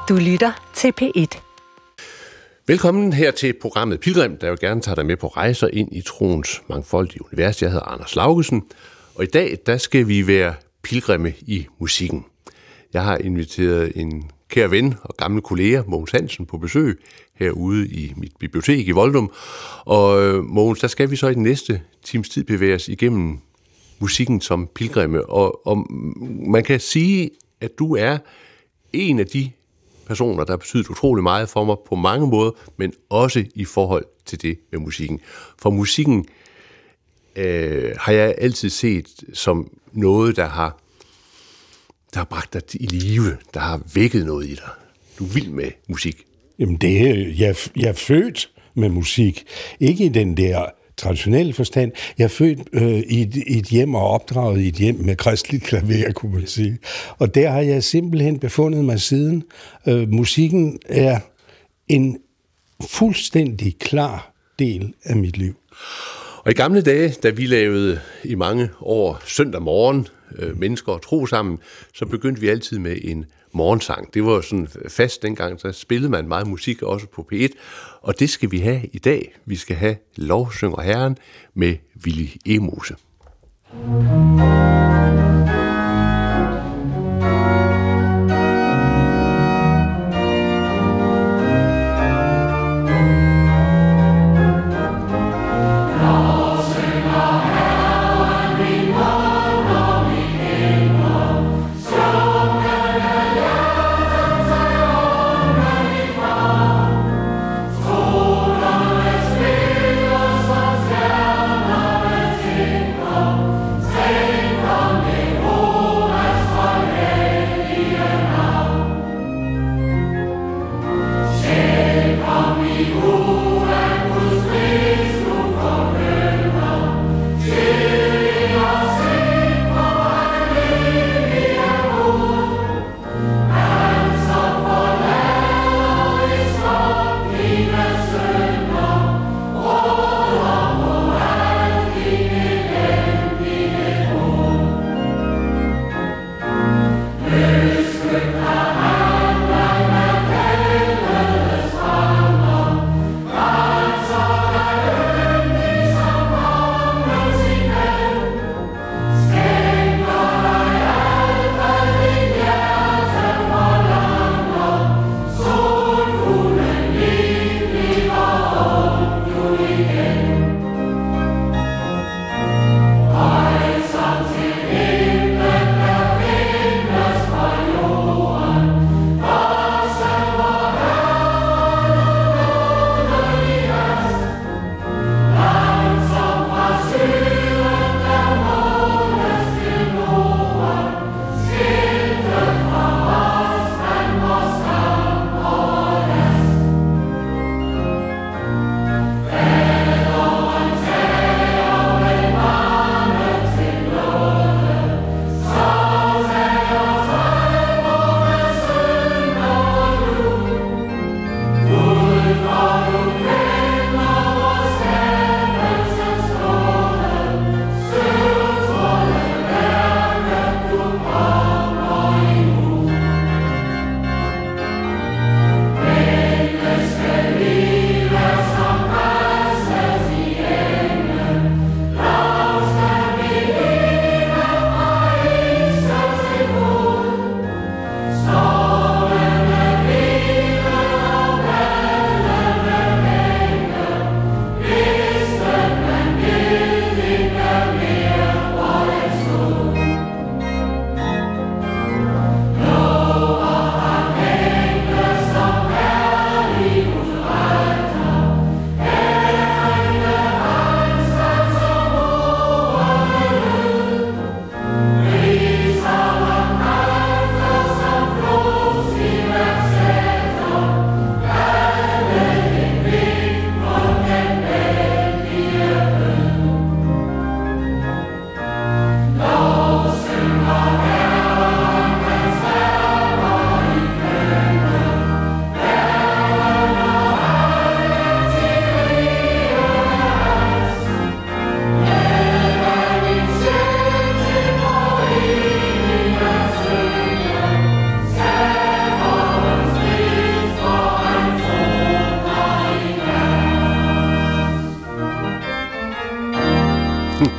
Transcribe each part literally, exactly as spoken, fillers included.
Du lytter til P et. Velkommen her til programmet Pilgrim, der jo gerne tager dig med på rejser ind i troens mangfoldige univers. Jeg hedder Anders Laugesen, og i dag der skal vi være pilgrimme i musikken. Jeg har inviteret en kær ven og gammel kollega, Mogens Hansen, på besøg herude i mit bibliotek i Voldum. Og Mogens, der skal vi så i den næste times tid bevæge os igennem musikken som pilgrimme. Og, og man kan sige, at du er en af de personer, der har betydet utrolig meget for mig på mange måder, men også i forhold til det med musikken. For musikken øh, har jeg altid set som noget, der har, der har bragt dig i live, der har vækket noget i dig. Du er vild med musik. Jamen, det er, jeg, jeg er født med musik. Ikke i den der traditionelle forstand. Jeg er født øh, i, et, i et hjem og opdraget i et hjem med kristeligt klaver, kunne man sige. Og der har jeg simpelthen befundet mig siden. Øh, musikken er en fuldstændig klar del af mit liv. Og i gamle dage, da vi lavede i mange år søndag morgen, øh, mennesker og tro sammen, så begyndte vi altid med en morgensang. Det var sådan fast dengang, så spillede man meget musik også på P et, og det skal vi have i dag. Vi skal have Lovsynger Herren med Willy Emose. Sing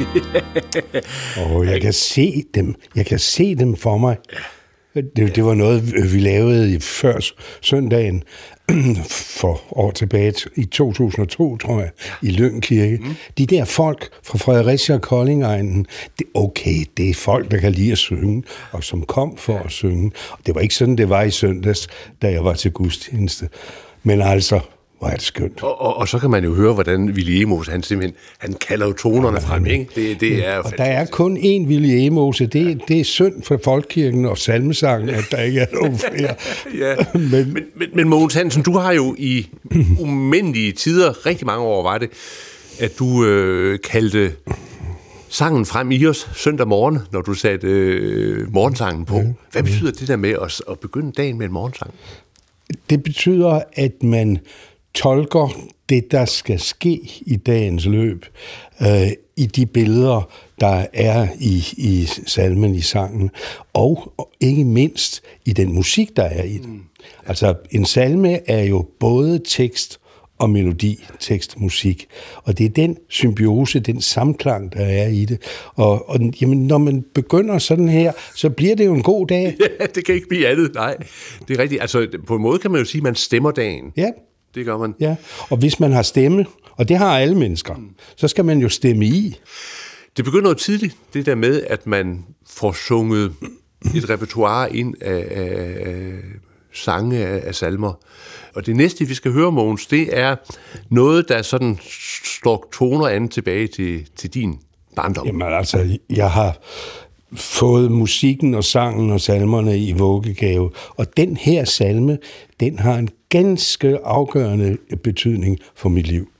Og jeg kan se dem. Jeg kan se dem for mig. Det, det var noget, vi lavede før søndagen for år tilbage i to tusind og to, tror jeg, i Lyng Kirke. Mm. De der folk fra Fredericia og Kolding-egnen, det, okay, det er folk, der kan lide at synge, og som kom for at synge. Det var ikke sådan, det var i søndags, da jeg var til gudstjeneste. Men altså, hvor er det skønt. Og, og, og så kan man jo høre, hvordan Willy Emos, han simpelthen, han kalder jo tonerne ja, frem, ikke? Det, det er jo og der er kun én Willy Emos, det, det er synd for folkekirken og salmesangen, at der ikke er nogen flere. ja. men, men, men, men Mogens Hansen, du har jo i umindelige tider, rigtig mange år var det, at du øh, kaldte sangen frem i os søndag morgen, når du satte øh, morgensangen på. Hvad betyder det der med at, at begynde dagen med en morgensang? Det betyder, at man tolker det, der skal ske i dagens løb, øh, i de billeder, der er i, i salmen, i sangen, og ikke mindst i den musik, der er i den. Mm. Altså, en salme er jo både tekst og melodi, tekst og musik. Og det er den symbiose, den samklang, der er i det. Og, og jamen, når man begynder sådan her, så bliver det jo en god dag. Ja, det kan ikke blive andet, nej. Det er rigtigt. Altså, på en måde kan man jo sige, at man stemmer dagen. Ja. Det gør man. Ja, og hvis man har stemme, og det har alle mennesker, mm. så skal man jo stemme i. Det begynder jo tidligt, det der med, at man får sunget et repertoire ind af, af, af sange af, af salmer. Og det næste, vi skal høre, Mogens, det er noget, der sådan står toner an tilbage til, til din barndom. Jamen altså, jeg har fået musikken og sangen og salmerne i vuggegave, og den her salme, den har en ganske afgørende betydning for mit liv.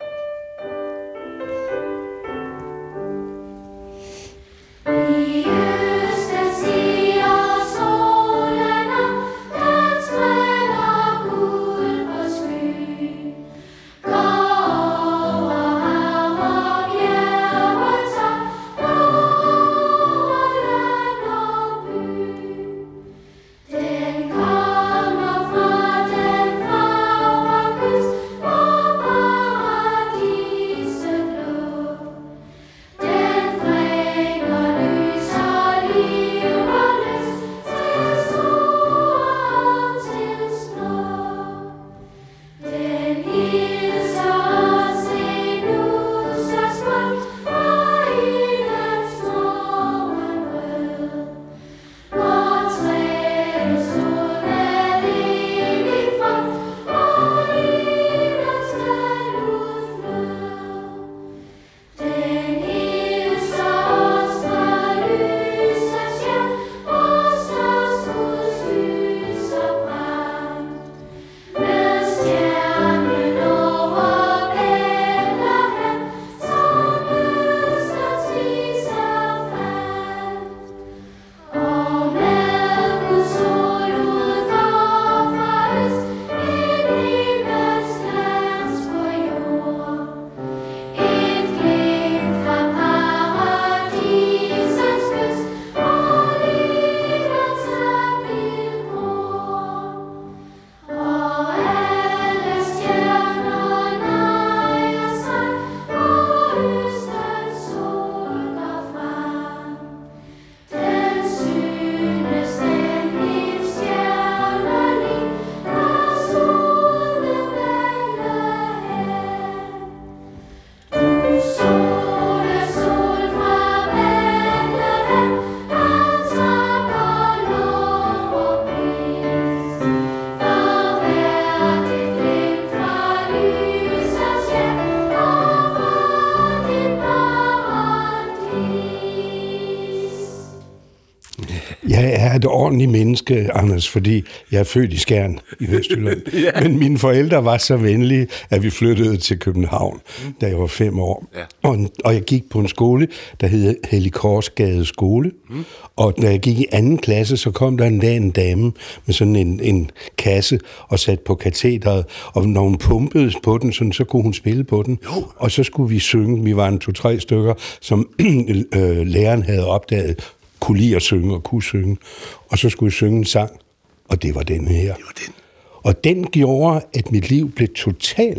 Jeg er et ordentligt menneske, Anders, fordi jeg er født i Skjern i Vestjylland. ja. Men mine forældre var så venlige, at vi flyttede til København, mm. da jeg var fem år. Ja. Og, og jeg gik på en skole, der hed Hellig Korsgade Skole. Mm. Og da jeg gik i anden klasse, så kom der en dag en dame med sådan en, en kasse og satte på katedret. Og når hun pumpede på den, sådan, så kunne hun spille på den. Jo. Og så skulle vi synge. Vi var en to-tre stykker, som øh, læreren havde opdaget, kunne lide at synge og kunne synge. Og så skulle jeg synge en sang, og det var den her. Det var den. Og den gjorde, at mit liv blev totalt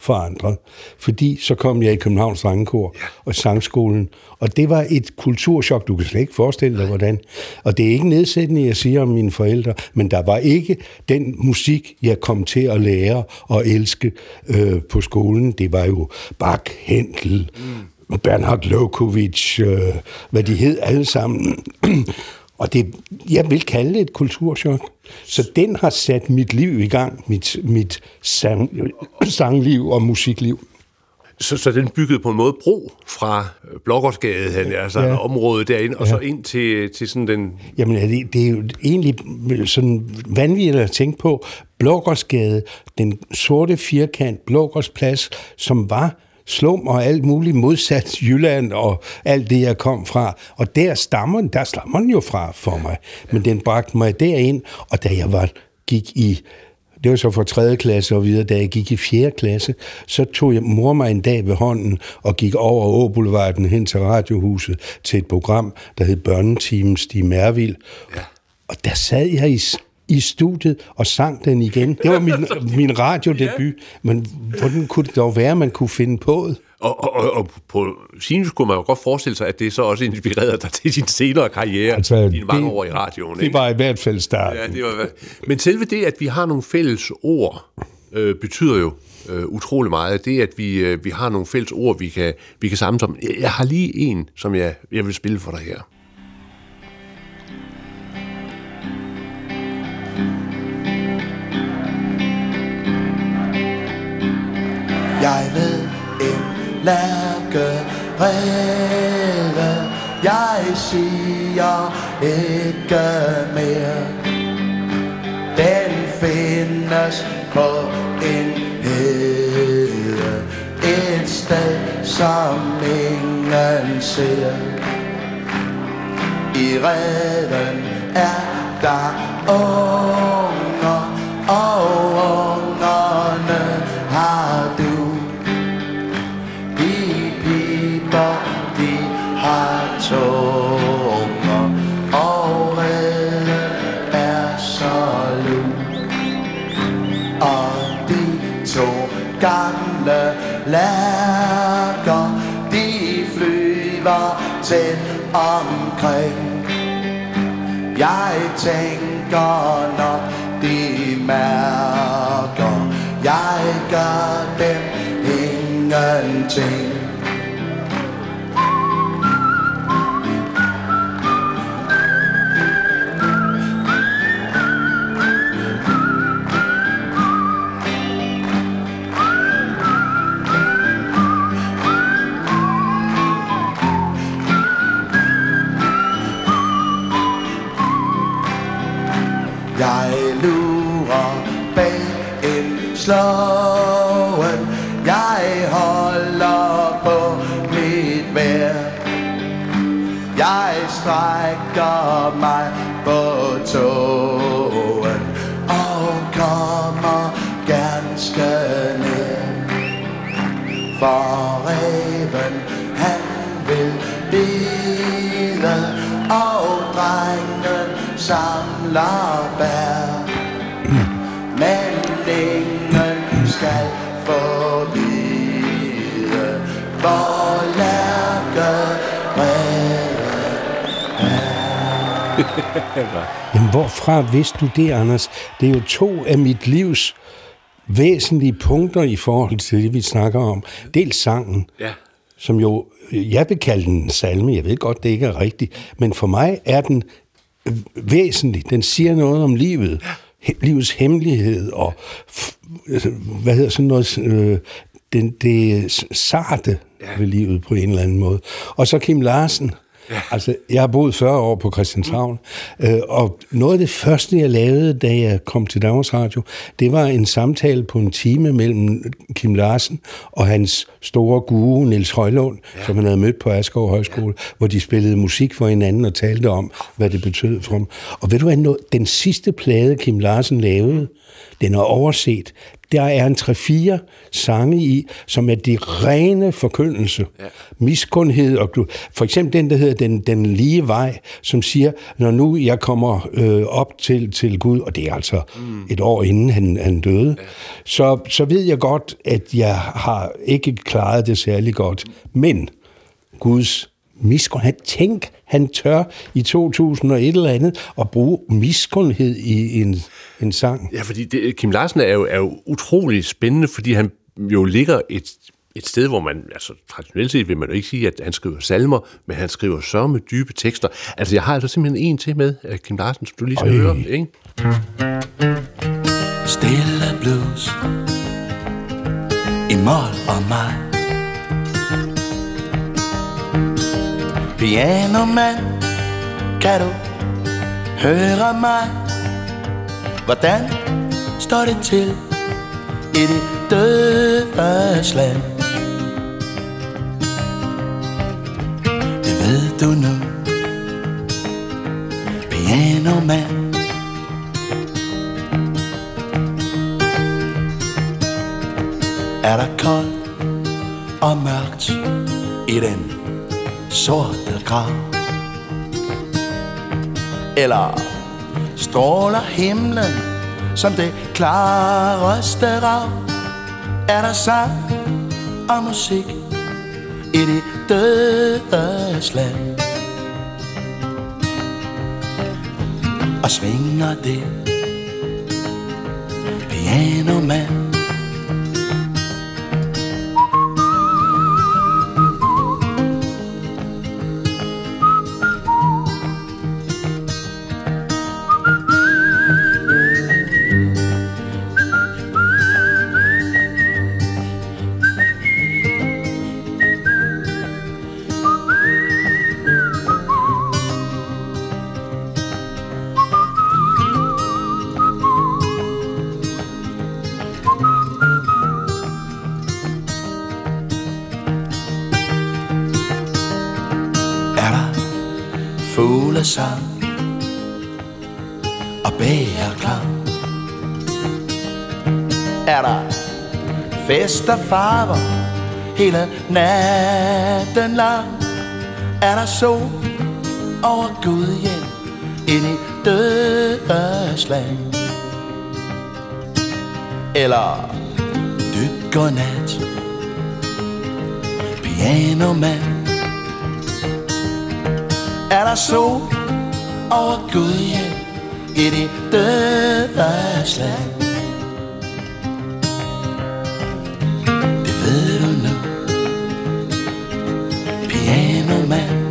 forandret. Fordi så kom jeg i Københavns Drengekor ja. og sangskolen, og det var et kulturschok, du kan slet ikke forestille dig, hvordan. Og det er ikke nedsættende, jeg siger om mine forældre, men der var ikke den musik, jeg kom til at lære og elske øh, på skolen. Det var jo Bach, Händel, mm. Bernhard Lokovic, øh, hvad de hed alle sammen. Og det, jeg vil kalde det et kulturschok. Så den har sat mit liv i gang, mit, mit sang, sangliv og musikliv. Så, så den byggede på en måde bro fra Blågårdsgade, altså ja. området derinde, og ja. så ind til, til sådan den... Jamen, det, det er jo egentlig sådan vanvittigt at tænke på. Blågårdsgade, den sorte firkant, Blågårdsplads, som var slum og alt muligt modsat Jylland og alt det, jeg kom fra. Og der stammer den, der stammer den jo fra for mig. Men den bragte mig derind, og da jeg var, gik i... Det var så fra tredje klasse og videre, da jeg gik i fjerde klasse, så tog jeg mor mig en dag ved hånden og gik over Åboulevarden hen til Radiohuset til et program, der hed Børnetimen Stig Mervild. Ja. Og der sad jeg i, i studiet og sang den igen. Det var min, min radiodebut, men hvordan kunne det dog være, at man kunne finde på det? Og, og, og på sin skulle man jo godt forestille sig, at det så også inspirerede dig til din senere karriere, altså, dine mange år i radioen. Det var i hvert fald starten. Ja, det var, men selve det, at vi har nogle fælles ord, øh, betyder jo øh, utrolig meget. Det, at vi, øh, vi har nogle fælles ord, vi kan, vi kan samles om. Jeg har lige en, som jeg, jeg vil spille for dig her. Jeg ved en lærke redde, jeg siger ikke mere. Den findes på en hede, et sted som ingen ser. I redden er der unger, og ungerne har du. De har tunger, og redden er så lun. Og de to gamle lærker, de flyver tæt omkring. Jeg tænker nok, de mærker, jeg gør dem ingenting. Jeg lurer bag en slåen, jeg holder på mit vejr. Jeg strækker mig på tåen og kommer ganske nær. For reven, han vil bide, og drengen samler bær. Men ingen skal få vide, hvor lærke Jamen, hvorfra vidste du det, Anders? Det er jo to af mit livs væsentlige punkter i forhold til det, vi snakker om. Dels sangen, ja. Som jo, jeg vil kalde den en salme, jeg ved godt, det ikke er rigtigt, men for mig er den væsentlig. Den siger noget om livet, livets hemmelighed og hvad hedder sådan noget, øh, det, det sarte ja. Ved livet på en eller anden måde. Og så Kim Larsen. Ja. Altså, jeg har boet fyrre år på Christianshavn, mm. øh, og noget af det første, jeg lavede, da jeg kom til Danmarks Radio, det var en samtale på en time mellem Kim Larsen og hans store guru, Niels Højlund, ja. Som han havde mødt på Askov Højskole, ja. Hvor de spillede musik for hinanden og talte om, hvad det betød for dem. Og ved du hvad, den sidste plade, Kim Larsen lavede, den er overset. der er en tre-fire sange i, som er de rene forkyndelse. Ja. Miskundhed og for eksempel den, der hedder Den, den lige vej, som siger, når nu jeg kommer øh, op til, til Gud, og det er altså mm. et år inden han, han døde, ja. så, så ved jeg godt, at jeg har ikke klaret det særlig godt. Men Guds miskundhed, tænk, han tør i to tusind og et eller andet at bruge miskundhed i en, en sang. Ja, fordi det, Kim Larsen er jo, er jo utrolig spændende, fordi han jo ligger et, et sted, hvor man, altså traditionelt set vil man jo ikke sige, at han skriver salmer, men han skriver sørme dybe tekster. Altså, jeg har altså simpelthen en til med, Kim Larsen, som du lige skal Øj. høre, ikke? Stille blues i mål og mig. Pianomand, kan du høre mig? Hvordan står det til i det dødes land? Det ved du nu, pianomand. Er der koldt og mørkt i den sorte grav? Eller stråler himlen som det klareste rav? Er der sang og musik i det dødes land? Og svinger det pianomand? Fuglesang og bægerklang. Er der fest og farver hele natten lang? Er der sol over Gud hjem i det dødes land? Eller dyb godnat, pianomand? Er der sol over Gud hjem i det dødes land? Det ved du nu, pianomand.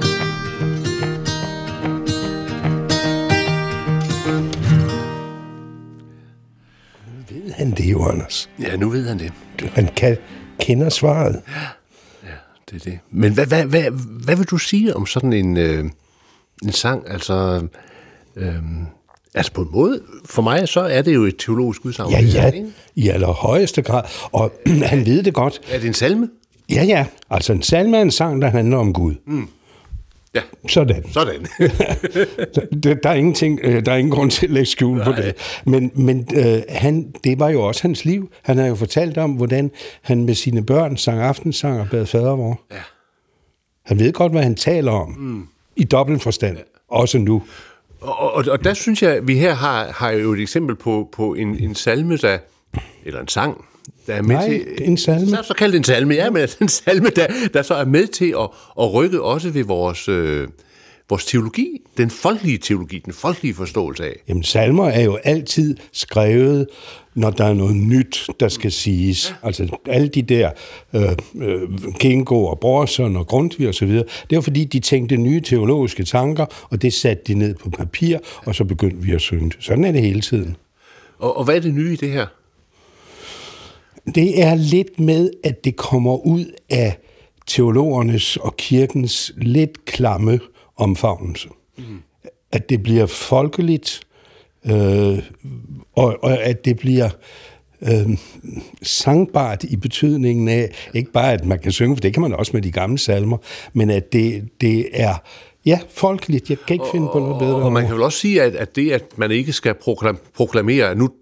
Nu ved han det jo, Anders. Ja, nu ved han det. Han kan, kender svaret. Ja, ja, det er det. Men hvad, hvad, hvad, hvad vil du sige om sådan en... Øh En sang, altså, øhm, altså på en måde, for mig, så er det jo et teologisk udsagn. Ja, ja, i allerhøjeste grad, og han ved det godt. Er det en salme? Ja, ja, altså en salme er en sang, der handler om Gud. Mm. Ja. Sådan. Sådan. der, der, er ingenting, der er ingen grund til at lægge skjul Nej. på det. Men, men øh, han, det var jo også hans liv. Han har jo fortalt om, hvordan han med sine børn sang aftensang og bad fadervor. Ja. Han ved godt, hvad han taler om. Mm. I dobbelt forstand, ja. Også nu. Og, og, og der synes jeg, at vi her har, har jo et eksempel på, på en, en salme, der, eller en sang, der er med Nej, til... en salme. Så, så kaldt en salme, ja, men en salme, der, der så er med til at, at rykke også ved vores, øh, vores teologi, den folkelige teologi, den folkelige forståelse af. Jamen, salmer er jo altid skrevet, når der er noget nyt, der skal siges. Ja. Altså alle de der øh, øh, Kingo og Brorson og Grundtvig og så videre, det var fordi, de tænkte nye teologiske tanker, og det satte de ned på papir, og så begyndte vi at synge det. Sådan er det hele tiden. Og, og hvad er det nye i det her? Det er lidt med, at det kommer ud af teologernes og kirkens lidt klamme omfavnelse. Mm. At det bliver folkeligt, øh, og, og at det bliver øh, sangbart i betydningen af, ikke bare at man kan synge, for det kan man også med de gamle salmer, men at det, det er ja, folkeligt. Jeg kan ikke finde på noget bedre. Og man kan vel også sige, at, at det, at man ikke skal proklamere, nu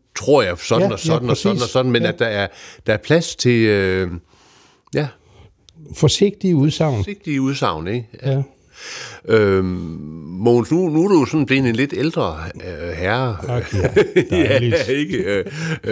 tror jeg, sådan ja, og sådan ja, og sådan og sådan, men ja. at der er, der er plads til, øh, ja... Forsigtige udsagn. Forsigtige udsagn, ikke? Ja. ja. Øhm, Mogens, nu, nu er du jo sådan blevet en lidt ældre øh, herre. Okay, ja, ikke? Øh,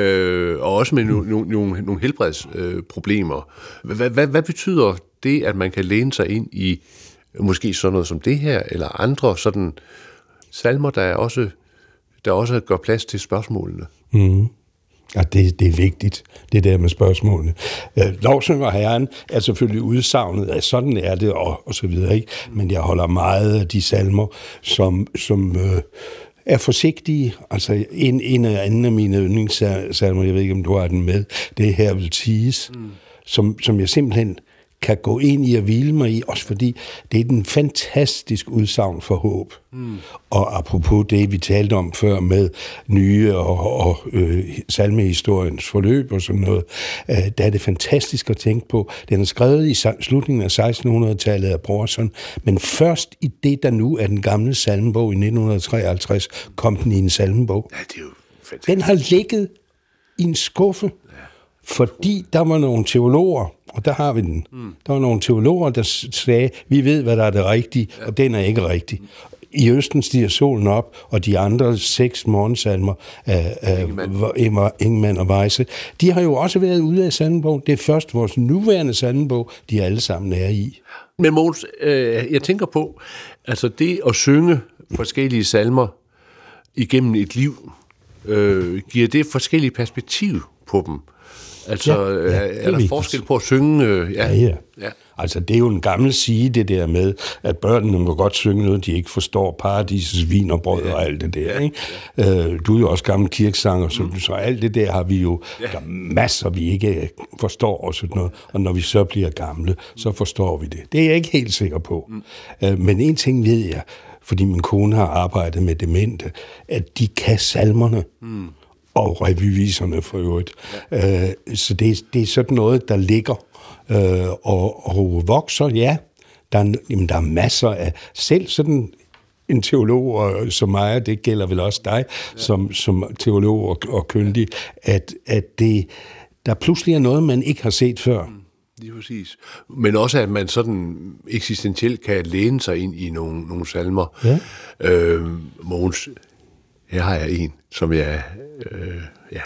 øh, og også med nogle no, no, no helbredsproblemer. Øh, hvad, hvad, hvad betyder det, at man kan læne sig ind i måske sådan noget som det her, eller andre sådan salmer, der også, der også gør plads til spørgsmålene? Mm. Ja, det, det er vigtigt, det der med spørgsmålene. Øh, Lovsynger Herren er selvfølgelig udsagnet, at sådan er det, og, og så videre, ikke? Men jeg holder meget af de salmer, som, som øh, er forsigtige. Altså, en, en af anden af mine yndlingssalmer, jeg ved ikke, om du har den med, det er Her vil ties, mm. som, som jeg simpelthen kan gå ind i og hvile mig i, også fordi det er en fantastisk udsagn for håb. Mm. Og apropos det, vi talte om før med nye og, og øh, salmehistoriens forløb og sådan noget, øh, der er det fantastisk at tænke på. Den er skrevet i slutningen af sekstenhundredetallet af Brorson, men først i det, der nu er den gamle salmebog i nitten treoghalvtreds, kom den i en salmebog. Ja, det er jo fantastisk. Den har ligget i en skuffe, ja. Fordi der var nogle teologer, og der har vi den. Mm. Der var nogle teologer, der sagde, vi ved, hvad der er det rigtige, ja. Og den er ikke rigtig. I Østen stiger solen op, og de andre seks morgensalmer af, af Ingemann og Weisse, de har jo også været ude af salmebogen. Det er først vores nuværende salmebog, de alle sammen er i. Men Mogens, øh, jeg tænker på, altså det at synge forskellige salmer igennem et liv, øh, giver det forskellige perspektiv på dem? Altså, ja, ja, er der forskel på at synge? Øh, ja. Ja, ja. ja. Altså, det er jo en gammel sige, det der med, at børnene må godt synge noget, de ikke forstår. Paradisets vin og brød ja. Og alt det der, ja. Ikke? Ja. Øh, du er jo også gammel kirkesanger, så, mm. så alt det der har vi jo, ja. Der er masser, vi ikke forstår og sådan noget. Og når vi så bliver gamle, så forstår vi det. Det er jeg ikke helt sikker på. Mm. Øh, men en ting ved jeg, fordi min kone har arbejdet med demente, at de kan salmerne. Mm. Og revyviserne for øvrigt. Ja. Øh, så det, det er sådan noget, der ligger øh, og, og vokser, ja. Der er, jamen, der er masser af, selv sådan en teolog som mig, det gælder vel også dig, ja. som, som teolog og, og kyndig, at, at det, der pludselig er noget, man ikke har set før. Mm. Lige præcis. Men også, at man sådan eksistentielt kan læne sig ind i nogle, nogle salmer. Ja. Øh, Mogens, her har jeg en, som jeg... Øh, ja.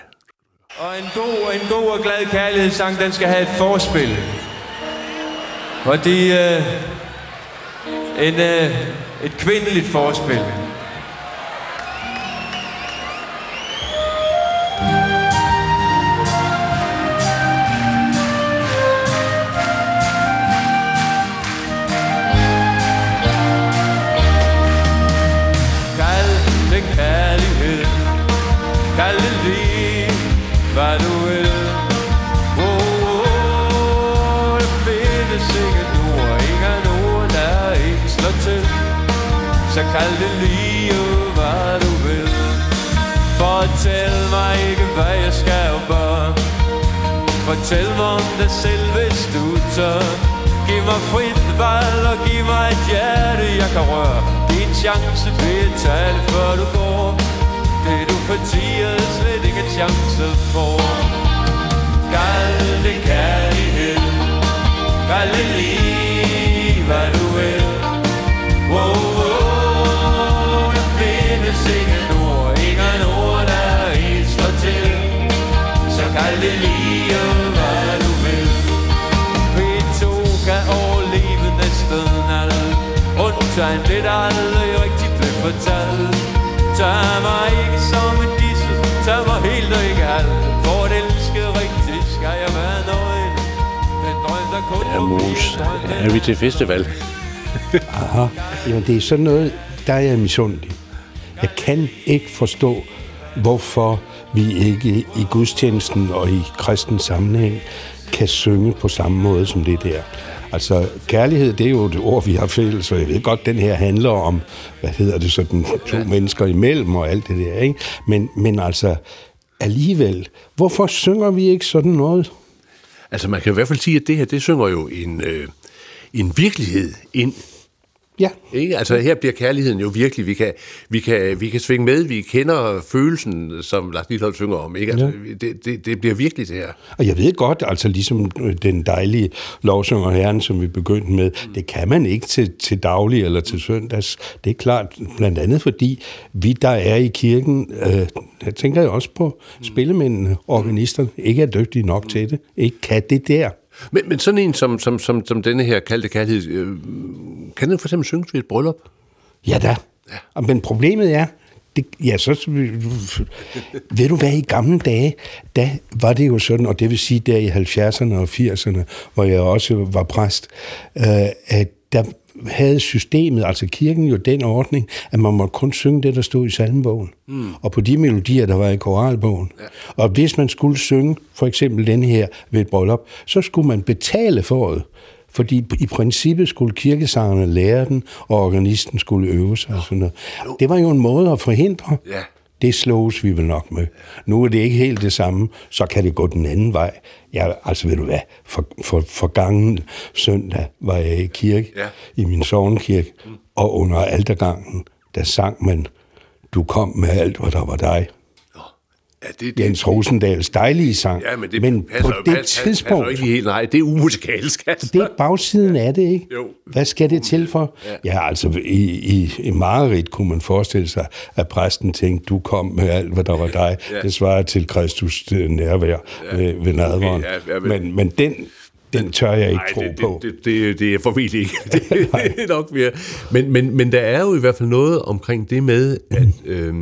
Og en god, en god og glad kærlighedssang, den skal have et forspil. Fordi øh, en, øh, et kvindeligt forspil. Kald det lige, hvad du vil. Oh, oh, oh, der findes ingen ord, ingen ord, der ikke slår til. Så kald det lige, hvad du vil. Fortæl mig ikke, hvad jeg skal gøre. Fortæl mig om dig selv, hvis du tør. Giv mig frit valg og giv mig et hjerte, jeg kan røre. Din chance vil jeg tage det, før du går. Det du fortiger slet ikke en chance for. Kald det kærlighed, kald det lige, hvad du vil. Oh, oh, oh, der findes ingen ord, ingen ord, der ikke slår til. Så kald det lige, hvad du vil. Vi to kan overleve næsten alt, undtagen det, der aldrig rigtigt blev fortalt. Tag mig ikke som en disse, tag mig helt og ikke alt. For at elske rigtigt skal jeg være nøgen. Den drøm, der kun ja, Mogens, er vi til festival? Aha, jamen det er sådan noget, der er jeg misundelig. Jeg kan ikke forstå, hvorfor vi ikke i gudstjenesten og i kristen sammenhæng kan synge på samme måde som det der. Altså, kærlighed, det er jo et ord, vi har fælles, og jeg ved godt, den her handler om, hvad hedder det, sådan to ja. mennesker imellem og alt det der, ikke? Men, men altså, alligevel, hvorfor synger vi ikke sådan noget? Altså, man kan i hvert fald sige, at det her, det synger jo en, øh, en virkelighed ind Ja. Ikke? Altså her bliver kærligheden jo virkelig, vi kan, vi kan, vi kan svinge med, vi kender følelsen, som Lars Lilholt synger om. Ikke? Altså, ja. det, det, det bliver virkelig det her. Og jeg ved godt, altså ligesom den dejlige lovsynger Herren, som vi begyndte med, mm. det kan man ikke til, til daglig eller til søndags. Det er klart, blandt andet fordi vi, der er i kirken, øh, jeg tænker jeg også på mm. spillemændene, organisterne, ikke er dygtige nok mm. til det, ikke kan det der. Men, men sådan en som, som, som, som denne her kaldte kærlighed, øh, kan den for eksempel synges ved et bryllup? Ja da. Ja. Men problemet er, det, ja, så ved du hvad, i gamle dage, da var det jo sådan, og det vil sige der i halvfjerdserne og firserne, hvor jeg også var præst, øh, at der havde systemet, altså kirken jo den ordning, at man måtte kun synge det, der stod i salmebogen. Mm. Og på de melodier, der var i koralbogen. Ja. Og hvis man skulle synge, for eksempel den her ved et bryllup, så skulle man betale for det. Fordi i princippet skulle kirkesangerne lære den, og organisten skulle øve sig. Og sådan noget. Det var jo en måde at forhindre. Ja. Det slås vi vel nok med. Nu er det ikke helt det samme, så kan det gå den anden vej. Ja, altså ved du hvad, for, for, for gangen søndag var jeg i kirke, ja. i min sognkirke, mm. og under altergangen, der sang man, du kom med alt, hvad der var dig. Ja, det, det, Jens Rosendals dejlige sang. Ja, men, det men passer, på det passer, tidspunkt... passer ikke helt, nej, det er umusikalsk. Altså. Det er bagsiden af det, ikke? Jo. Hvad skal det til for? Ja, ja altså i, i, i mareridt kunne man forestille sig, at præsten tænkte, du kom med alt, hvad der var dig. Ja. Det svarer til Kristus nærvær ja. ved, ved nadveren. Ja, ja, men, men, men den... Den tør jeg ikke nej, tro det, på. Det, det, det, det er formentlig ikke. Det, det er nok mere. Men, men, men der er jo i hvert fald noget omkring det med, at, øh,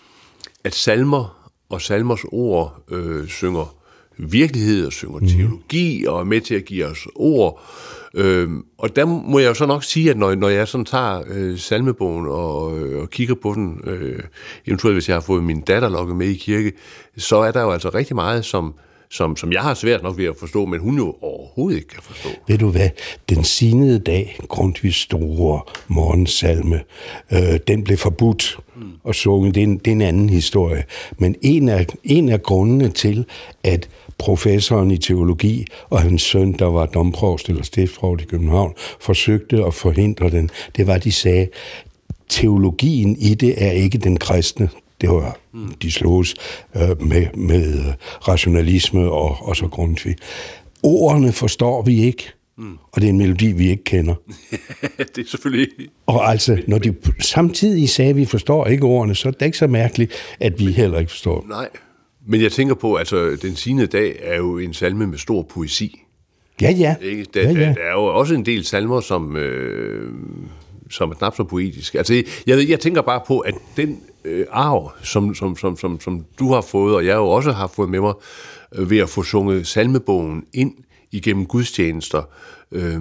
at salmer og salmers ord øh, synger virkelighed og synger mm. teologi og er med til at give os ord. Øh, og der må jeg jo så nok sige, at når, når jeg sådan tager øh, salmebogen og, øh, og kigger på den, øh, eventuelt hvis jeg har fået min datter lokket med i kirke, så er der jo altså rigtig meget, som Som, som jeg har svært nok ved at forstå, men hun jo overhovedet ikke kan forstå. Ved du hvad? Den sinede dag, Grundtvigs store morgensalme, øh, den blev forbudt mm. og sunget. Det er, en, det er en anden historie. Men en af, en af grundene til, at professoren i teologi og hans søn, der var domprovst eller stiftsprovst i København, forsøgte at forhindre den, det var, at de sagde, teologien i det er ikke den kristne. Det var, mm. de slås øh, med, med rationalisme og, og så Grundtvig. Ordene forstår vi ikke, mm. og det er en melodi, vi ikke kender. Det er selvfølgelig ikke. Og altså, når de samtidig sagde, at vi forstår ikke ordene, så er det ikke så mærkeligt, at vi heller ikke forstår. Nej, men jeg tænker på, altså, den sinede dag er jo en salme med stor poesi. Ja, ja. Ikke? Der, ja, ja. Der, der er jo også en del salmer, som, øh, som er knap så poetiske. Altså, jeg, jeg tænker bare på, at den øh, arv, som, som, som, som, som du har fået, og jeg jo også har fået med mig, øh, ved at få sunget salmebogen ind igennem gudstjenester, øh,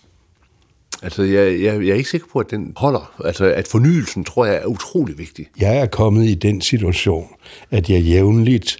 altså, jeg, jeg, jeg er ikke sikker på, at den holder. Altså, at fornyelsen, tror jeg, er utrolig vigtig. Jeg er kommet i den situation, at jeg jævnligt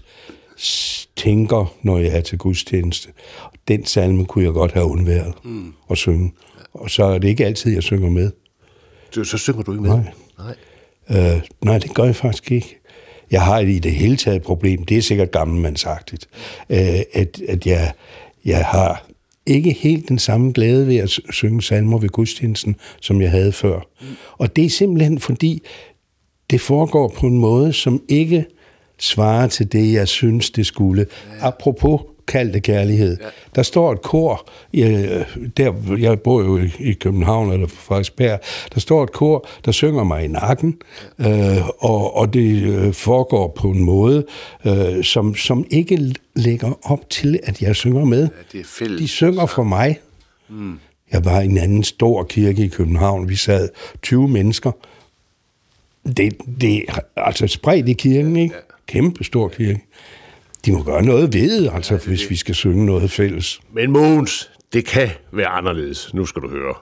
tænker, når jeg er til gudstjeneste, den salme kunne jeg godt have undværet mm. at synge. Og så er det ikke altid, jeg synger med. Så, så synger du ikke med? Nej. Nej. Øh, nej, det gør jeg faktisk ikke. Jeg har i det hele taget et problem, det er sikkert gammelmandsagtigt, øh, at, at jeg, jeg har ikke helt den samme glæde ved at synge salmer ved gudstjenesten, som jeg havde før. Mm. Og det er simpelthen fordi, det foregår på en måde, som ikke svarer til det, jeg synes, det skulle. Ja. Apropos kaldte kærlighed. Ja. Der står et kor, jeg, der, jeg bor jo i, i København eller Frederiksberg, der står et kor, der synger mig i nakken, ja. øh, og, og det øh, foregår på en måde, øh, som, som ikke lægger op til, at jeg synger med. Ja, det er fælles. De synger for mig. Mm. Jeg var i en anden stor kirke i København, vi sad tyve mennesker. Det, det altså spredt i kirken, ikke? Ja. Kæmpe stor kirke. De må gøre noget ved, altså, ja, hvis det. Vi skal synge noget fælles. Men Mogens, det kan være anderledes. Nu skal du høre.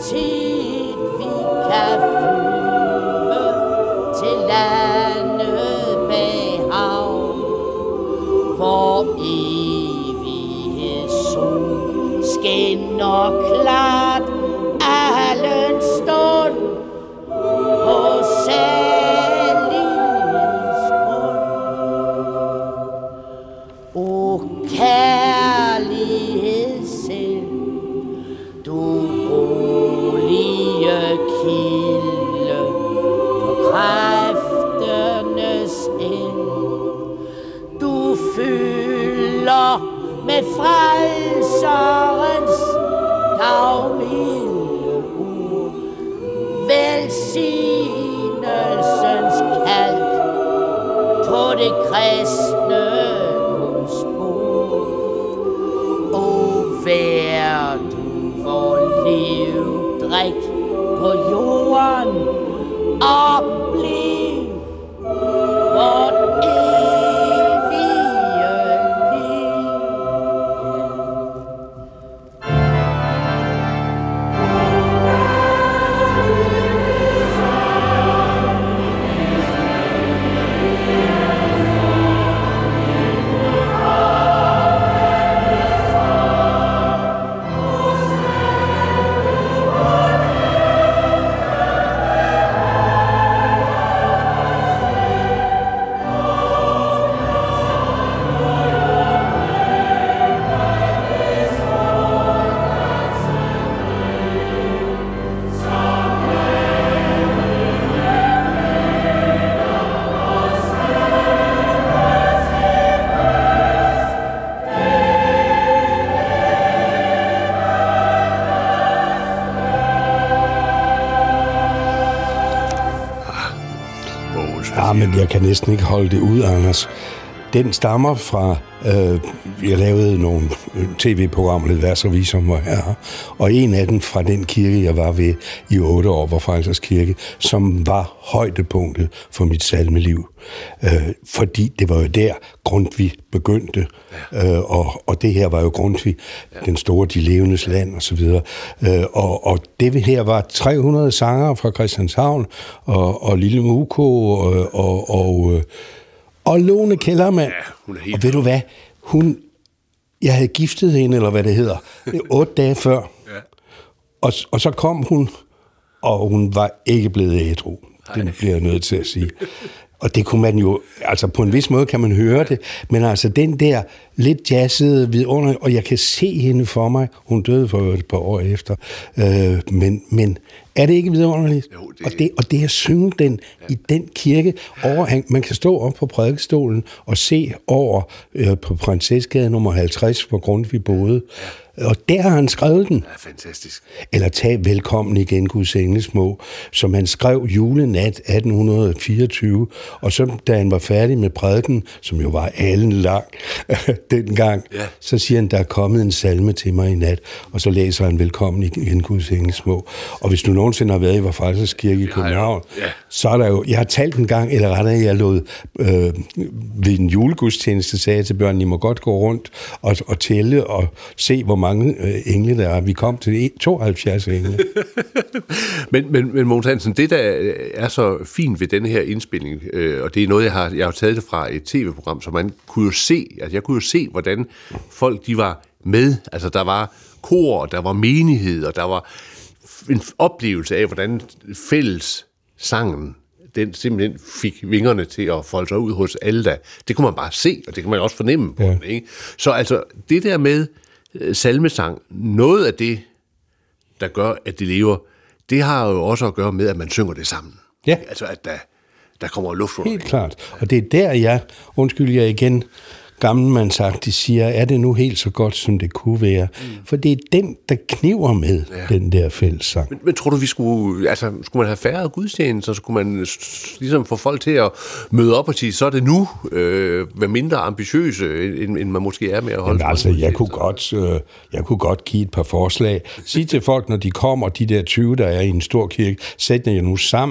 tid vi kan flyve til landet bag havn, hvor evighed sol skinner klart allen stund på sandlinjens grund. O kærlighed selv, du rolige kilde for kræfternes eld. Du fylder med frelserens gavmilde ord, velsignelsens kald på det kristne spor. O vær du vor livdrik på jorden, og bliv vort evige liv. Ja, men jeg kan næsten ikke holde det ud, Anders. Den stammer fra, øh, jeg lavede nogle tv-programmer, lidt vers og visum var her, og en af dem fra den kirke, jeg var ved i otte år, var Frelsers Kirke, som var højdepunktet for mit salmeliv. Øh, fordi det var jo der, Grundtvig begyndte, øh, og, og det her var jo Grundtvig, den store De Levendes Land, og så videre. Øh, og, og det her var tre hundrede sangere fra Christianshavn, og, og Lille Muko, og, og, og Og Lone Kellermann. Ja, hun er helt og ved du hvad? Hun, jeg havde giftet hende, eller hvad det hedder, otte dage før. Ja. Og, og så kom hun, og hun var ikke blevet ædru. Det bliver jeg nødt til at sige. Og det kunne man jo, altså på en vis måde kan man høre det, men altså den der lidt jazzede vidunder, og jeg kan se hende for mig, hun døde for et par år efter, øh, men, men er det ikke vidunderligt? Jo, det... Og, det, og det at synge den ja. i den kirke, over, man kan stå op på prædikestolen og se over øh, på Prinsessegade nummer halvtreds, hvor Grundtvig boede, ja. Og der har han skrevet den. Ja, fantastisk. Eller tag Velkommen igen, Guds engle små, som han skrev julenat atten fireogtyve, og så da han var færdig med prædiken, som jo var alen lang dengang, ja. så siger han, der er kommet en salme til mig i nat, og så læser han Velkommen igen, Guds engle små. Og hvis du nogensinde har været i Vor Frelsers Kirke i København, ja, ja. så er der jo, jeg har talt en gang, eller rettere, jeg lod øh, ved en julegudstjeneste, sagde til børn, I må godt gå rundt og, og tælle og se, hvor mange øh, engle der er. Vi kom til tooghalvfjerds engle. men, men, men Mogens Hansen, det der er så fint ved denne her indspilning, øh, og det er noget, jeg har, jeg har taget det fra et tv-program, så man kunne jo se, altså jeg kunne jo se, hvordan folk de var med. Altså der var kor, der var menighed, og der var en oplevelse af, hvordan fælles sangen, den simpelthen fik vingerne til at folde sig ud hos alle der. Det kunne man bare se, og det kan man også fornemme på ja. den, ikke? Så altså, det der med salmesang, noget af det, der gør, at det lever, det har jo også at gøre med, at man synger det sammen. Ja. Altså, at der, der kommer luft under. Helt klart. Og det er der, jeg, undskyld jeg igen, gammelmandsagtigt siger, er det nu helt så godt, som det kunne være? Mm. For det er den, der kniver med ja. den der fællessang. Men, men tror du, vi skulle, altså, skulle man have færre gudstjenester, så skulle man ligesom få folk til at møde op og sige, så er det nu, øh, være mindre ambitiøse, end, end man måske er med at holde. Men altså, jeg kunne, godt, øh, jeg kunne godt give et par forslag. Sig til folk, når de kommer, de der tyve, der er i en stor kirke, sæt jer nu sammen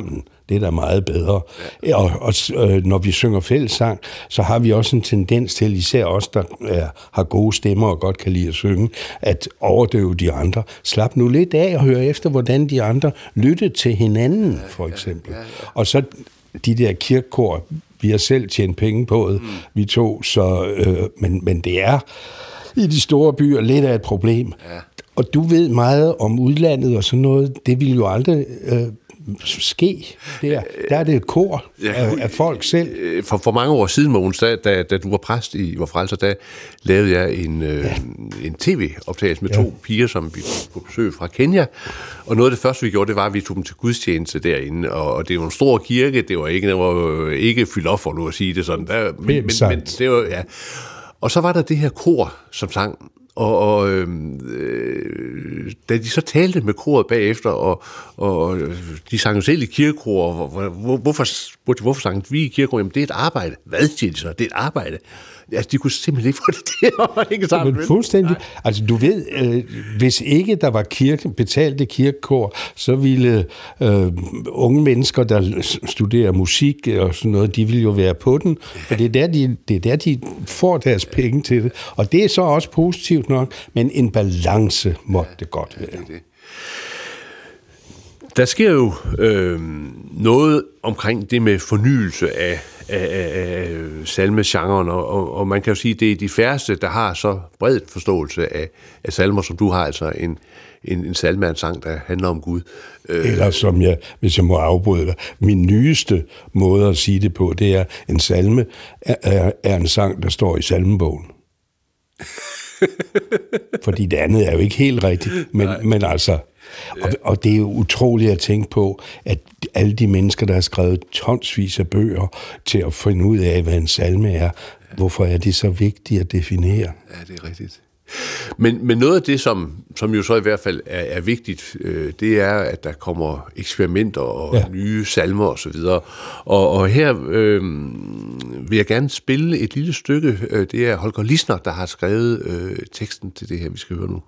Det er da meget bedre. Ja. Og, og øh, når vi synger fællessang, så har vi også en tendens til, især os, der er, har gode stemmer og godt kan lide at synge, at overdøve de andre. Slap nu lidt af og hør efter, hvordan de andre lyttede til hinanden, for eksempel. Ja, ja, ja. Og så de der kirkekor, vi har selv tjent penge på det, mm. vi to, så, øh, men, men det er i de store byer lidt af et problem. Ja. Og du ved meget om udlandet og sådan noget, det vil jo aldrig øh, ske. Der, der er det et kor ja, af, af folk selv. For, for mange år siden, Mogens, da, da, da du var præst i Vor Frelser, der lavede jeg en, øh, ja. en tv-optagelse med ja. to piger, som vi på besøg fra Kenya. Og noget af det første, vi gjorde, det var, at vi tog dem til gudstjeneste derinde. Og det var en stor kirke, det var ikke, det var ikke fyldt op for nu at sige det sådan. Der, men, men, men det var, ja. Og så var der det her kor, som sang. Og, og øh, da de så talte med koret bagefter, og, og de sang jo selv i kirkekor, hvor, hvor, hvorfor, hvorfor sang vi i kirkekor? Jamen, det er et arbejde. Hvad siger de så? Det er et arbejde. Altså, de kunne simpelthen ikke få det til. Ikke sammen. Men fuldstændig. Nej. Altså, du ved, øh, hvis ikke der var kirke, betalte kirkekor, så ville øh, unge mennesker, der studerer musik og sådan noget, de ville jo være på den. For det er der, de, det er der, de får deres penge til det. Og det er så også positivt nok, men en balance måtte det godt være. Ja, det er det. Der sker jo øh, noget omkring det med fornyelse af, af, af salmegenren, og, og man kan jo sige, at det er de færreste, der har så bred forståelse af, af salmer, som du har, altså en, en, en salme af en sang, der handler om Gud. Eller som jeg, hvis jeg må afbryde dig, min nyeste måde at sige det på, det er, en salme er, er en sang, der står i salmebogen. Fordi det andet er jo ikke helt rigtigt, men, men altså... Og, og det er jo utroligt at tænke på, at alle de mennesker, der har skrevet tonsvis af bøger til at finde ud af, hvad en salme er, hvorfor er det så vigtigt at definere? Ja, det er rigtigt. Men, men noget af det, som, som jo så i hvert fald er, er vigtigt, øh, det er, at der kommer eksperimenter og ja. nye salmer og så videre. Og, og her øh, vil jeg gerne spille et lille stykke. Det er Holger Lisner, der har skrevet øh, teksten til det her, vi skal høre nu.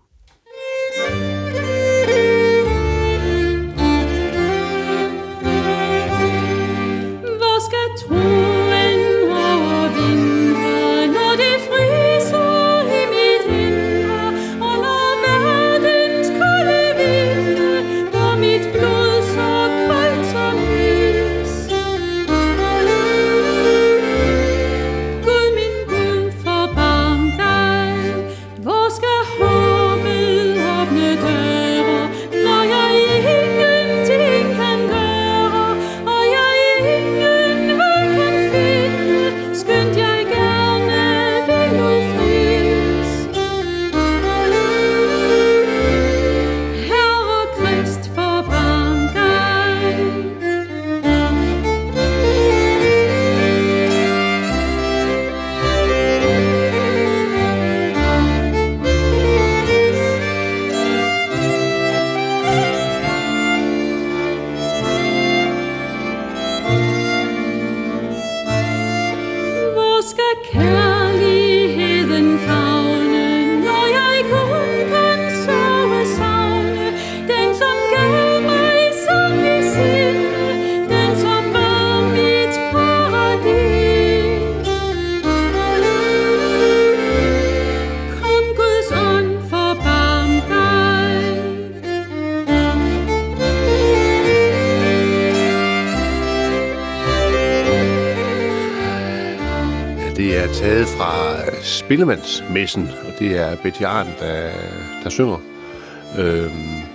Taget fra Spillemandsmessen, og det er Betty Arn, der, der synger. Øhm,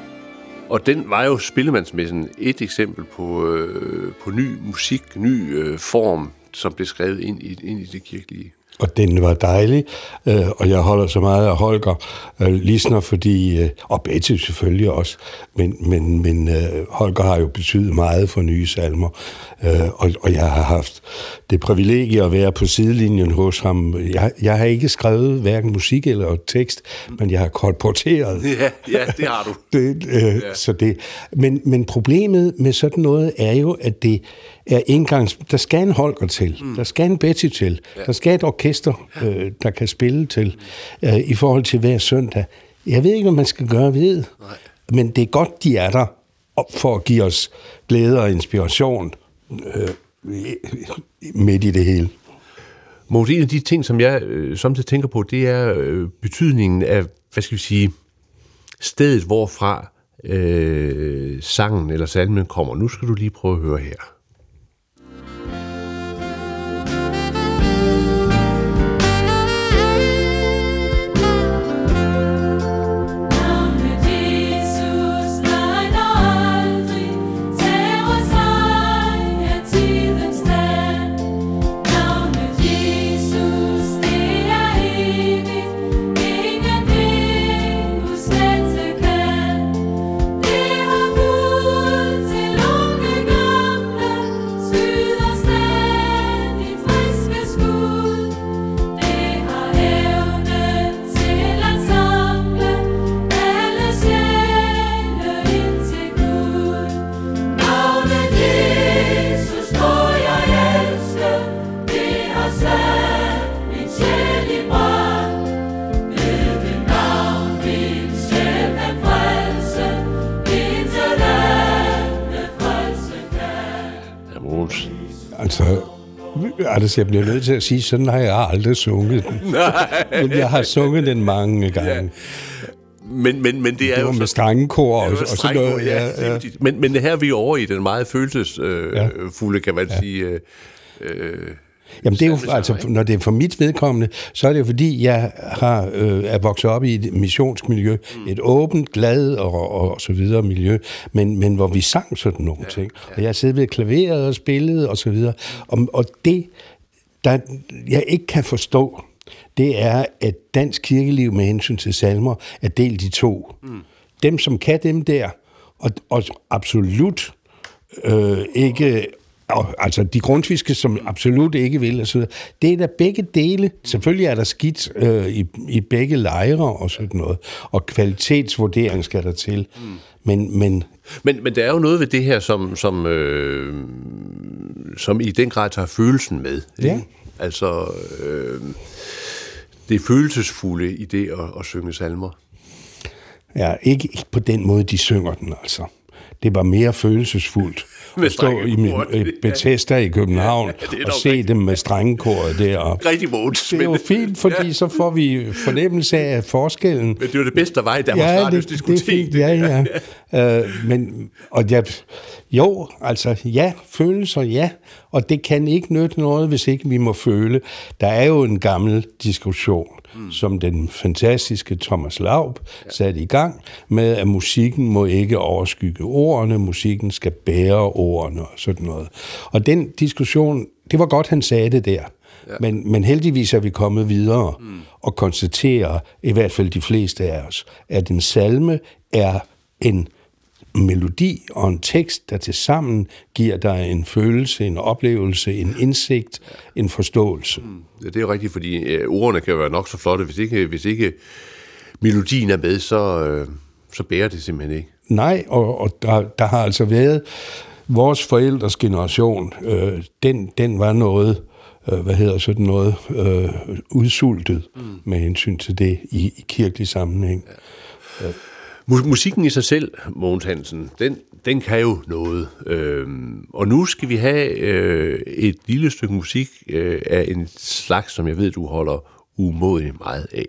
og den var jo Spillemandsmessen et eksempel på, øh, på ny musik, ny øh, form, som blev skrevet ind i, ind i det kirkelige. Og den var dejlig, øh, og jeg holder så meget af Holger øh, Lisner, fordi, øh, og Betty selvfølgelig også, men, men, men øh, Holger har jo betydet meget for nye salmer, øh, og, og jeg har haft det privilegie at være på sidelinjen hos ham. Jeg, jeg har ikke skrevet hverken musik eller tekst, men jeg har kolporteret. Ja, ja, det har du. det, øh, ja. Så det, men, men problemet med sådan noget er jo, at det er engangs... Der skal en Holger til, mm. der skal en Betty til, ja. der skal et orkester, øh, der kan spille til, øh, i forhold til hver søndag. Jeg ved ikke, hvad man skal gøre ved, Nej. men det er godt, de er der. for at give os glæde og inspiration øh, midt i det hele. Mogens, en af de ting, som jeg øh, samtidig tænker på, det er øh, betydningen af, hvad skal vi sige, stedet, hvorfra øh, sangen eller salmen kommer. Nu skal du lige prøve at høre her. Altså, altså, jeg bliver nødt til at sige, sådan har jeg aldrig sunget den. Men jeg har sunget den mange gange. Ja. Men, men, men det er det jo med strengekor og, og sådan noget. Ja, ja, ja. Men, men her er vi over i den meget følelsesfulde, øh, kan man ja. sige. Øh, øh, Jamen det er jo, altså, når det er for mit vedkommende, så er det jo fordi, jeg har, øh, er vokset op i et missionsk miljø, mm. et åbent, glad og, og, og så videre miljø, men, men hvor vi sang sådan nogle ja, ting. Ja. Og jeg sidder ved klaveret og spillede og så videre. Og, og det, der jeg ikke kan forstå, det er, at dansk kirkeliv med hensyn til salmer er delt i to. Mm. Dem, som kan dem der, og, og absolut øh, ikke... Og, altså de grundtviske, som absolut ikke vil, og så videre. Det er der begge dele. Selvfølgelig er der skidt øh, i, i begge lejre og sådan noget, og kvalitetsvurdering skal der til. Mm. Men, men, men, men der er jo noget ved det her, som, som, øh, som i den grad tager følelsen med. Ikke? Ja. Altså, øh, det er følelsesfulde i det at, at synge salmer. Ja, ikke, ikke på den måde, de synger den, altså. Det var mere følelsesfuldt at stå i min Bethesda i København ja, ja, og se rigtig. dem med strengekoret deroppe. Rigtig Mogens. Det er jo fint, fordi ja. så får vi fornemmelse af forskellen. Men det var det bedste, der var i Danmarks ja, Radios diskotek. Ja, ja. uh, men, og jeg, jo, altså, ja, følelser, ja. Og det kan ikke nytte noget, hvis ikke vi må føle. Der er jo en gammel diskussion, mm. som den fantastiske Thomas Laub ja. satte i gang med, at musikken må ikke overskygge ordene, musikken skal bære ordene og sådan noget. Og den diskussion, det var godt, han sagde det der. Ja. Men, men heldigvis er vi kommet videre mm. og konstaterer, i hvert fald de fleste af os, at en salme er en melodi og en tekst, der tilsammen giver dig en følelse, en oplevelse, en indsigt, en forståelse. Mm. Ja, det er jo rigtigt, fordi øh, ordene kan være nok så flotte. Hvis ikke, hvis ikke melodien er med, så, øh, så bærer det simpelthen ikke. Nej, og, og der, der har altså været vores forældres generation, øh, den, den var noget, øh, hvad hedder sådan noget, øh, udsultet mm. med hensyn til det i, i kirkelig sammenhæng. Ja. Øh. Musikken i sig selv, Mogens Hansen, den, den kan jo noget. Øhm, og nu skal vi have øh, et lille stykke musik øh, af en slags, som jeg ved, du holder umådeligt meget af.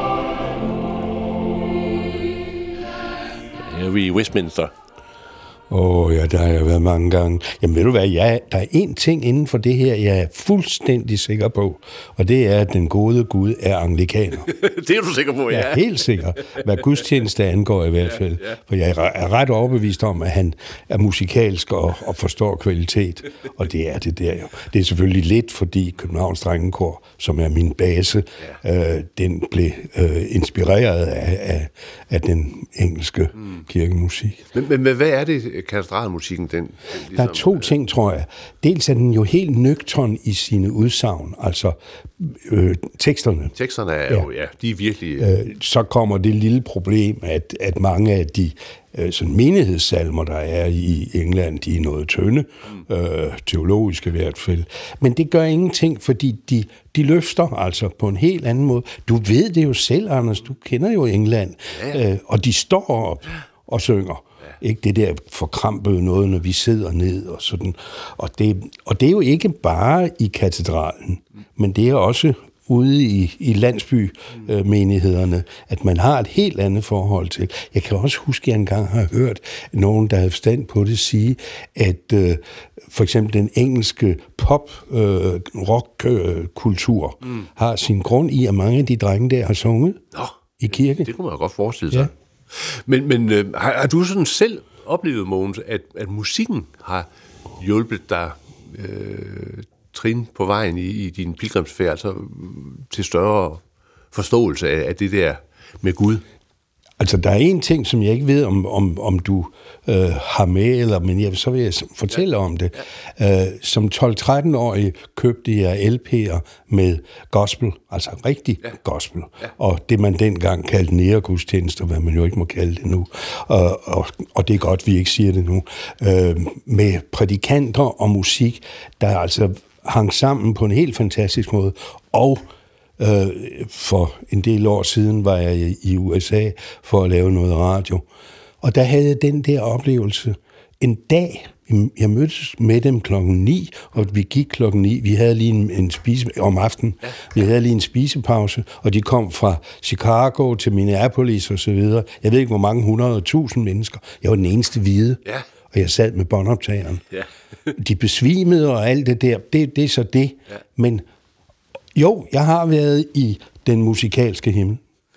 I Westminster. Åh oh, ja, der har jeg været mange gange. Jamen ved du hvad, jeg, der er én ting inden for det her, jeg er fuldstændig sikker på, og det er, at den gode Gud er anglikaner. Det er du sikker på, ja. Jeg er helt sikker, hvad gudstjeneste angår i hvert fald. Ja, ja. For jeg er ret overbevist om, at han er musikalsk og, og forstår kvalitet, og det er det der jo. Det er selvfølgelig lidt, fordi Københavns Drengekor, som er min base, ja. øh, den blev øh, inspireret af, af, af den engelske mm. kirkemusik. Men, men, men hvad er det, katedralmusikken, den? den ligesom, der er to ting, tror jeg. Dels er den jo helt nøgtern i sine udsagn, altså øh, teksterne. Teksterne er ja. jo, ja, de er virkelig... Øh, så kommer det lille problem, at, at mange af de øh, sådan menighedssalmer, der er i England, de er noget tynde, mm. øh, teologiske i hvert fald. Men det gør ingenting, fordi de, de løfter altså på en helt anden måde. Du ved det jo selv, Anders, du kender jo England, ja. øh, og de står op og synger. Ikke det der forkrampede noget, når vi sidder ned og sådan. Og det, og det er jo ikke bare i katedralen, men det er også ude i, i landsbymenighederne, at man har et helt andet forhold til. Jeg kan også huske, at jeg engang har hørt nogen, der havde forstand på det, sige, at øh, for eksempel den engelske pop-rock-kultur øh, mm. har sin grund i, at mange af de drenge der har sunget Nå, i kirke. Det kunne man godt forestille sig. Ja. Men, men øh, har, har du sådan selv oplevet, Mogens, at, at musikken har hjulpet dig øh, trin på vejen i, i din pilgrimsfærd, altså til større forståelse af, af det der med Gud? Altså, der er en ting, som jeg ikke ved, om, om, om du øh, har med, eller, men jeg, så vil jeg fortælle ja. om det. Ja. Øh, som tolv-tretten-årig købte jeg L P'er med gospel, altså rigtig ja. gospel. Ja. Og det, man dengang kaldte nærgudstjenester, hvad man jo ikke må kalde det nu. Og, og, og det er godt, vi ikke siger det nu. Øh, med prædikanter og musik, der altså hang sammen på en helt fantastisk måde. Og Uh, for en del år siden var jeg i U S A for at lave noget radio. Og der havde jeg den der oplevelse. En dag, jeg mødtes med dem klokken ni, og vi gik klokken ni. Vi havde lige en, en spise om aftenen. Vi havde lige en spisepause, og de kom fra Chicago til Minneapolis og så videre. Jeg ved ikke, hvor mange hundrede tusind mennesker. Jeg var den eneste hvide, ja. og jeg sad med båndoptageren. Ja. De besvimede og alt det der. Det, det er så det. Ja. Men jo, jeg har været i den musikalske himmel.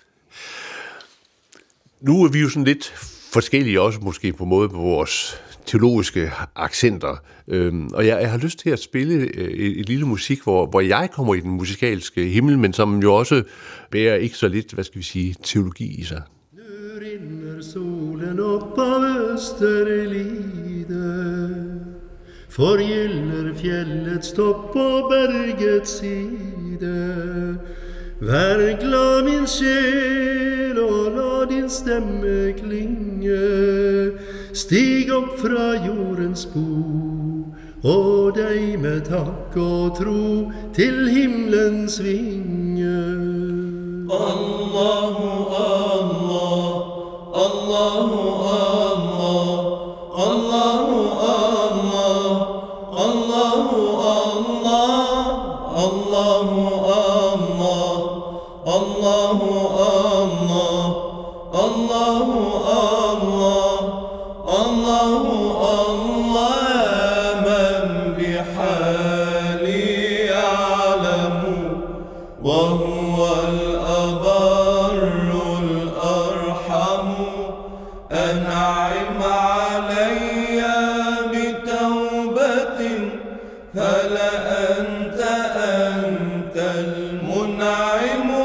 Nu er vi jo sådan lidt forskellige også måske på måde på vores teologiske accenter. Øhm, og jeg, jeg har lyst til at spille et, et lille musik, hvor, hvor jeg kommer i den musikalske himmel, men som jo også bærer ikke så lidt, hvad skal vi sige, teologi i sig. Nu rinner solen op av Østerlide, forgyller fjellets topp og bergets side. Vær glad min sjel, og la din stemme klinge. Stig opp fra jordens bo, og deg med takk og tro til himmelens vinge. Allahu Allah, Allahu Allah, Allahu Allah, Allahu Allah, Allahu Allah, Allahu Allah, Allahu Allah, Allahu Allah, man bihali ya'lamu, wa huwa al-abarru al-arhamu, an'im alayya bitawbatin, fala anta anta al-mun'imu,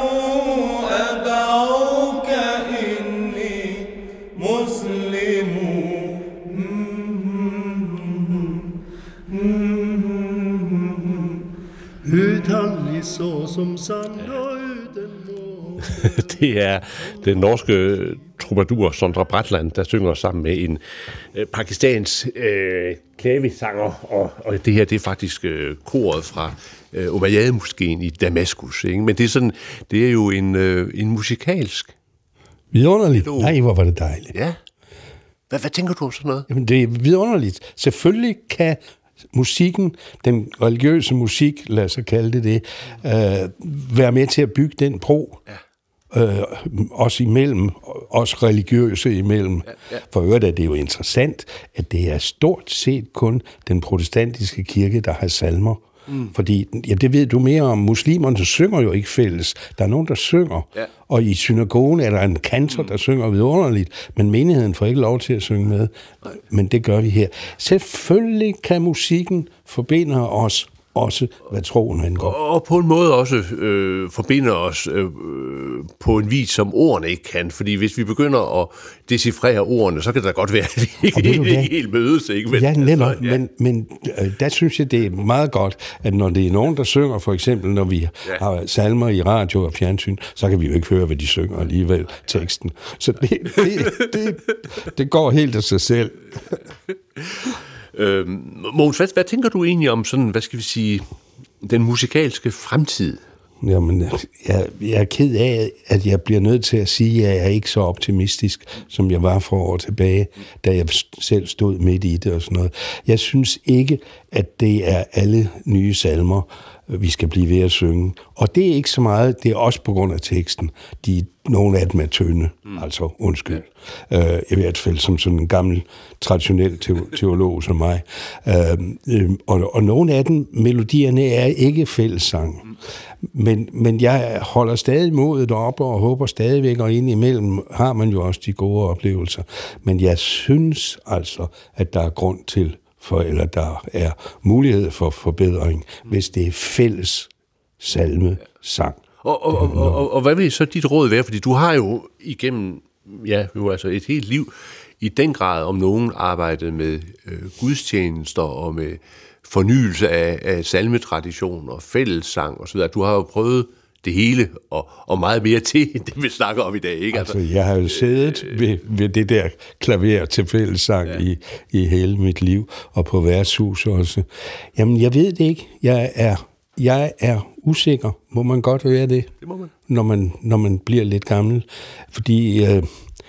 ad'uka inni muslimu. Utallig så som sand og uden mål. Det er den norske troubadour Sondre Bratland, der synger sammen med en øh, pakistans øh, klavesanger, og, og det her, det er faktisk øh, koret fra øh, Umayyad-moskeen i Damaskus, ikke? Men det er sådan, det er jo en, øh, en musikalsk. Vidunderligt. Nej, hvor var det dejligt. Ja. Hvad, hvad tænker du om sådan noget? Jamen, det er vidunderligt. Selvfølgelig kan musikken, den religiøse musik, lad os kalde det det, øh, være med til at bygge den bro, ja. øh, også imellem også religiøse imellem. Ja, ja. For øvrigt er det jo interessant, at det er stort set kun den protestantiske kirke, der har salmer. Mm. Fordi, ja, det ved du mere om, muslimerne synger jo ikke fælles. Der er nogen, der synger, ja. Og i synagogen er der en kantor, der synger vidunderligt, men menigheden får ikke lov til at synge med. Men det gør vi her. Selvfølgelig kan musikken forbinde os også, hvad troen angår. Og på en måde også øh, forbinder os øh, på en vis, som ordene ikke kan. Fordi hvis vi begynder at decifrere ordene, så kan det da godt være, at vi ikke helt mødes. Ikke? Men, ja, netop. Ja. Men, men øh, der synes jeg, det er meget godt, at når det er nogen, der synger, for eksempel når vi ja. har salmer i radio og fjernsyn, så kan vi jo ikke høre, hvad de synger alligevel, teksten. Så det, det, det, det går helt af sig selv. Øhm, Mogens, hvad, hvad tænker du egentlig om sådan, hvad skal vi sige, den musikalske fremtid? Jamen, jeg, jeg er ked af, at jeg bliver nødt til at sige, at jeg er ikke så optimistisk, som jeg var for år tilbage, da jeg selv stod midt i det og sådan noget. Jeg synes ikke, at det er alle nye salmer, vi skal blive ved at synge. Og det er ikke så meget, det er også på grund af teksten. De, nogle af dem er tynde, mm. altså undskyld. Ja. Uh, I hvert fald som sådan en gammel, traditionel teolog som mig. Uh, uh, og, og nogle af dem, melodierne er ikke fællessang. Mm. Men, men jeg holder stadig modet oppe og håber stadigvæk, og indimellem har man jo også de gode oplevelser. Men jeg synes altså, at der er grund til for, eller der er mulighed for forbedring, hvis det er fælles salme, sang. Og, og, og, og, og hvad vil så dit råd være? Fordi du har jo igennem ja, jo altså et helt liv i den grad om nogen arbejdet med øh, gudstjenester og med fornyelse af, af salmetradition og fællessang og så videre. Du har jo prøvet det hele, og, og meget mere til, end det vi snakker om i dag, ikke? Altså, jeg har jo siddet øh, ved, ved det der klaver til fællessang ja. i, i hele mit liv, og på værtshus også. Jamen, jeg ved det ikke. Jeg er, jeg er usikker. Må man godt være det? Det må man. Når man, når man bliver lidt gammel. Fordi øh,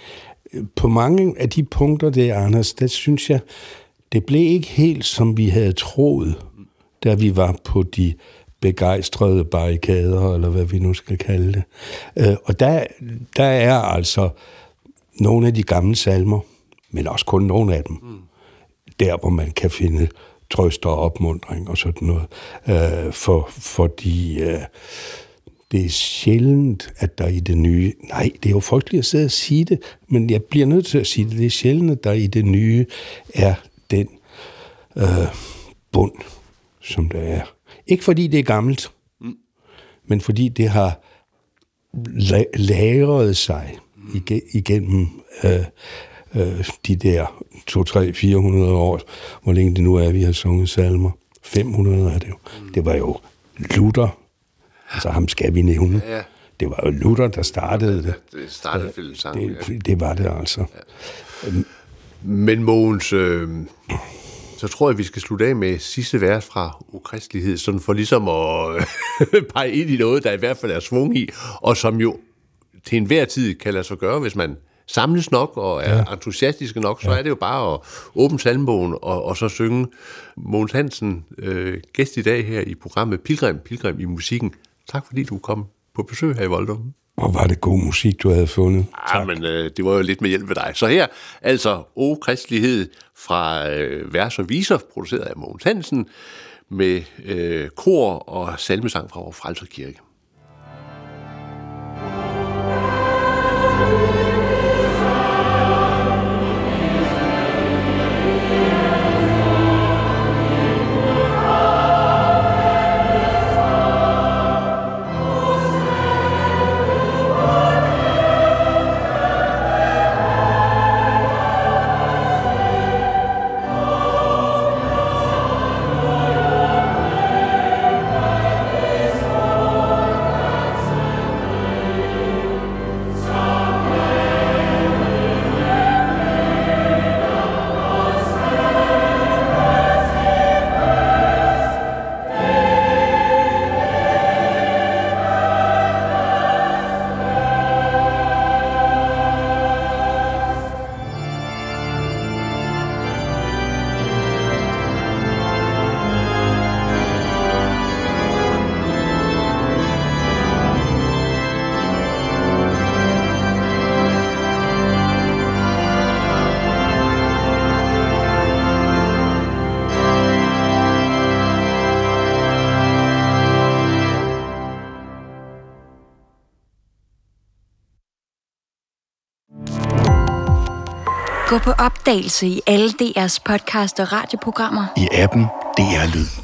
på mange af de punkter der, Anders, der synes jeg, det blev ikke helt, som vi havde troet, da vi var på de begejstrede barrikader, eller hvad vi nu skal kalde det. Øh, og der, der er altså nogle af de gamle salmer, men også kun nogle af dem, mm. der hvor man kan finde trøst og opmuntring og sådan noget. Øh, for, fordi øh, det er sjældent, at der i det nye... Nej, det er jo frygteligt at sidde og sige det, men jeg bliver nødt til at sige det. Det er sjældent, at der i det nye er den øh, bund, som der er. Ikke fordi det er gammelt, mm. men fordi det har la- lagret sig mm. igennem øh, øh, de der to, tre, fire hundrede år, hvor længe det nu er, vi har sunget salmer. fem hundrede er det jo. Mm. Det var jo Luther, altså ham skal vi nævne. Ja, ja. Det var jo Luther, der startede det. Det startede fællessangen, det, ja. det var det altså. Ja. Men Mogens... Øh... så tror jeg, vi skal slutte af med sidste vers fra ukristelighed, sådan for ligesom at pege ind i noget, der i hvert fald er svung i, og som jo til enhver tid kan lade sig gøre, hvis man samles nok og er ja. entusiastiske nok, så ja. er det jo bare at åbne salmebogen og, og så synge. Mogens Hansen, øh, gæst i dag her i programmet Pilgrim, Pilgrim i musikken. Tak fordi du kom på besøg her i Voldum. Og var det god musik, du havde fundet? Ja, men øh, det var jo lidt med hjælp af dig. Så her, altså, O Kristelighed fra øh, vers og viser, produceret af Mogens Hansen, med øh, kor og salmesang fra Vor Frelser Kirke. Oh Gå på opdagelse i alle D R's podcast og radioprogrammer. I appen D R Lyd.